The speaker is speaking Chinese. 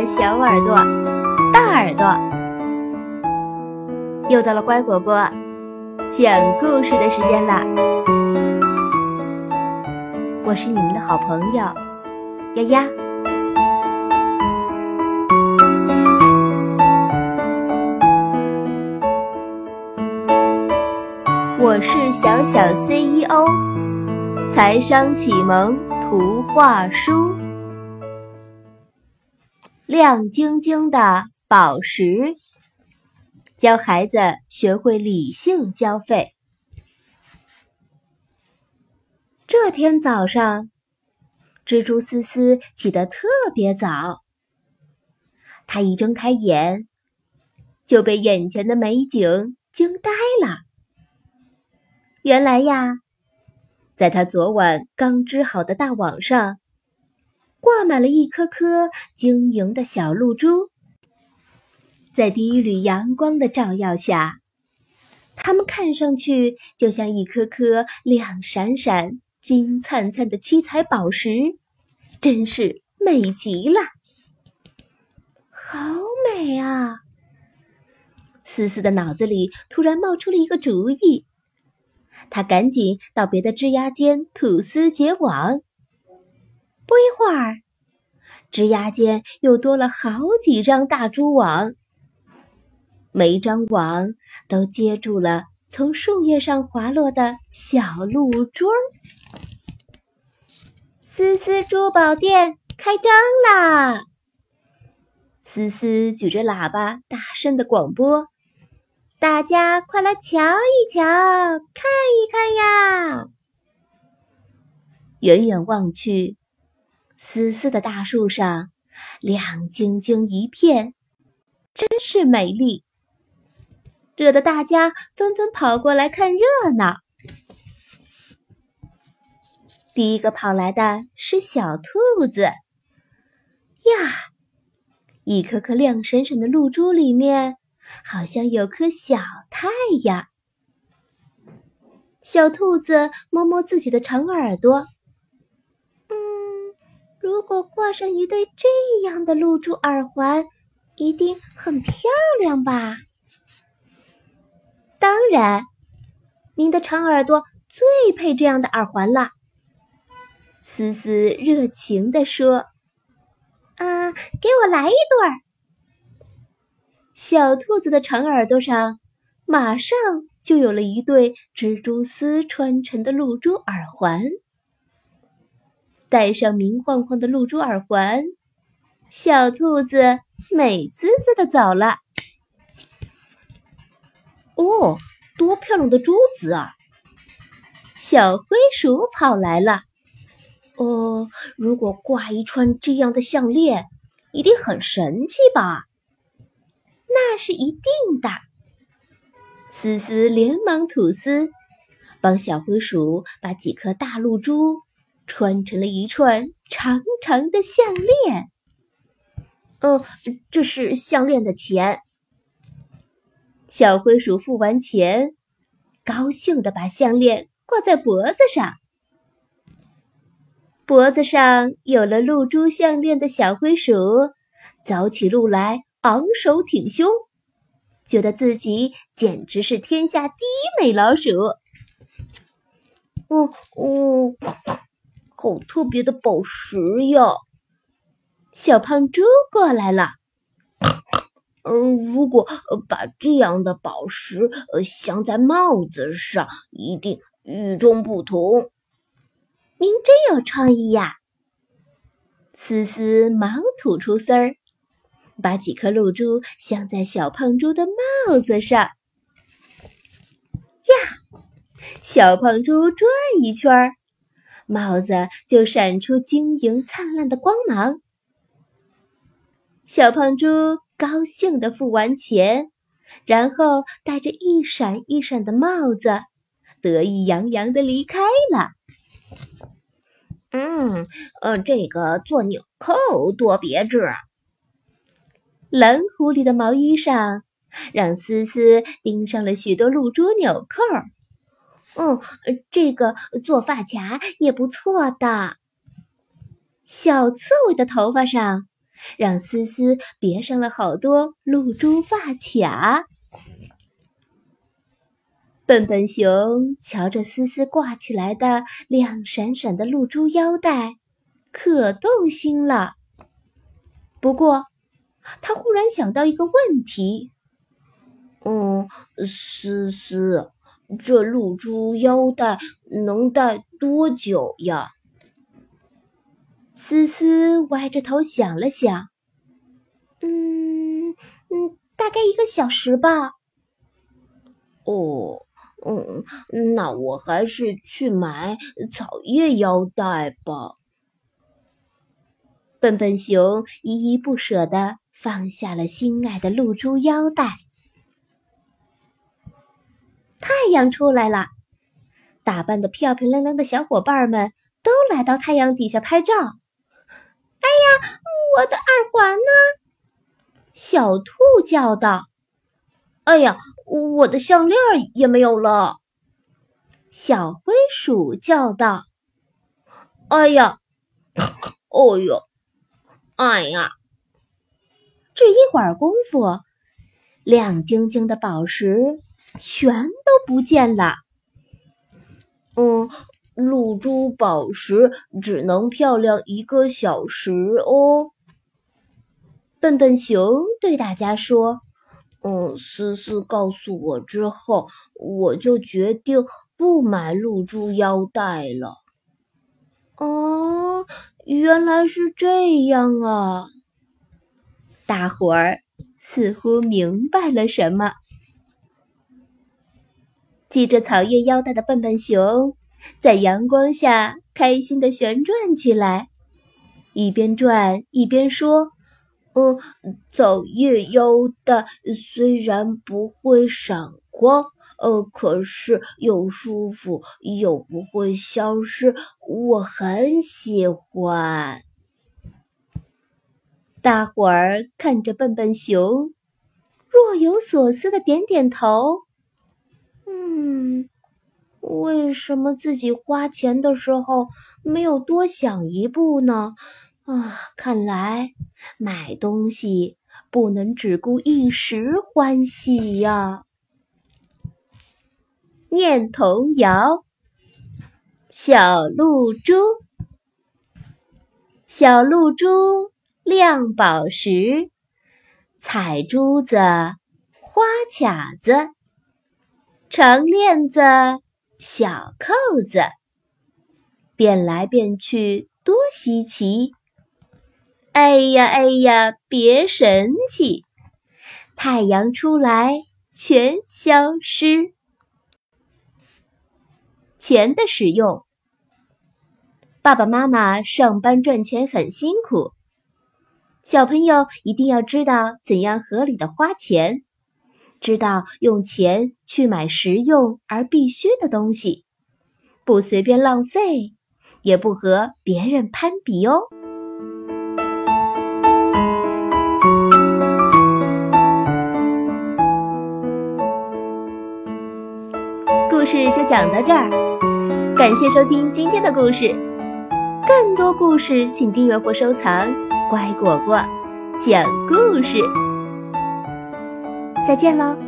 小耳朵、大耳朵，又到了乖果果讲故事的时间了。我是你们的好朋友丫丫。我是小小 CEO， 财商启蒙图画书。亮晶晶的宝石，教孩子学会理性消费。这天早上，蜘蛛丝丝起得特别早。他一睁开眼，就被眼前的美景惊呆了。原来呀，在他昨晚刚织好的大网上，挂满了一颗颗晶莹的小露珠。在第一缕阳光的照耀下，它们看上去就像一颗颗亮闪闪、金灿灿的七彩宝石，真是美极了。好美啊！思思的脑子里突然冒出了一个主意，他赶紧到别的枝丫间吐丝结网。不一会儿，枝丫间又多了好几张大蛛网，每一张网都接住了从树叶上滑落的小露珠儿。思思珠宝店开张啦！思思举着喇叭大声地广播，大家快来瞧一瞧，看一看呀！远远望去，思思的大树上亮晶晶一片，真是美丽，惹得大家纷纷跑过来看热闹。第一个跑来的是小兔子。呀，一颗颗亮闪闪的露珠里面好像有颗小太阳。小兔子摸摸自己的长耳朵，如果挂上一对这样的露珠耳环，一定很漂亮吧？当然，您的长耳朵最配这样的耳环了。思思热情地说，给我来一对儿。小兔子的长耳朵上马上就有了一对蜘蛛丝穿成的露珠耳环。戴上明晃晃的露珠耳环，小兔子美滋滋地走了。哦，多漂亮的珠子啊！小灰鼠跑来了。如果挂一串这样的项链，一定很神气吧？那是一定的。思思连忙吐丝，帮小灰鼠把几颗大露珠穿成了一串长长的项链。这是项链的钱。小灰鼠付完钱，高兴地把项链挂在脖子上。脖子上有了露珠项链的小灰鼠走起路来昂首挺胸，觉得自己简直是天下第一美老鼠。好特别的宝石呀！小胖猪过来了。如果把这样的宝石镶在帽子上，一定与众不同。您真有创意呀！思思忙吐出丝儿，把几颗露珠镶在小胖猪的帽子上。呀，小胖猪转一圈，帽子就闪出晶莹灿烂的光芒。小胖猪高兴地付完钱，然后戴着一闪一闪的帽子，得意洋洋地离开了。这个做纽扣多别致啊！蓝狐狸的毛衣上让思思钉上了许多露珠纽扣。这个做发卡也不错的。小刺猬的头发上让思思别上了好多露珠发卡。笨笨熊瞧着思思挂起来的亮闪闪的露珠腰带，可动心了。不过，他忽然想到一个问题：思思，这露珠腰带能戴多久呀？思思歪着头想了想，大概1个小时吧。那我还是去买草叶腰带吧。笨笨熊依依不舍地放下了心爱的露珠腰带。太阳出来了，打扮得漂漂亮亮的小伙伴们都来到太阳底下拍照。哎呀，我的耳环呢？小兔叫道。哎呀，我的项链也没有了。小灰鼠叫道。哎呀，哦哟，哎呀！这一会儿功夫，亮晶晶的宝石全都不见了。露珠宝石只能漂亮1个小时哦。笨笨熊对大家说：思思告诉我之后，我就决定不买露珠腰带了。原来是这样啊！大伙儿似乎明白了什么。系着草叶腰带的笨笨熊在阳光下开心地旋转起来，一边转一边说：草叶腰带虽然不会闪光，可是又舒服又不会消失，我很喜欢。大伙儿看着笨笨熊，若有所思地点点头。为什么自己花钱的时候没有多想一步呢？看来买东西不能只顾一时欢喜呀。念童谣：小露珠，小露珠亮宝石，彩珠子，花卡子，长链子，小扣子，变来变去多稀奇。哎呀哎呀，别神气，太阳出来全消失。钱的使用，爸爸妈妈上班赚钱很辛苦，小朋友一定要知道怎样合理的花钱，知道用钱去买实用而必须的东西，不随便浪费，也不和别人攀比哦。故事就讲到这儿，感谢收听今天的故事。更多故事请订阅或收藏乖果果讲故事。再见喽。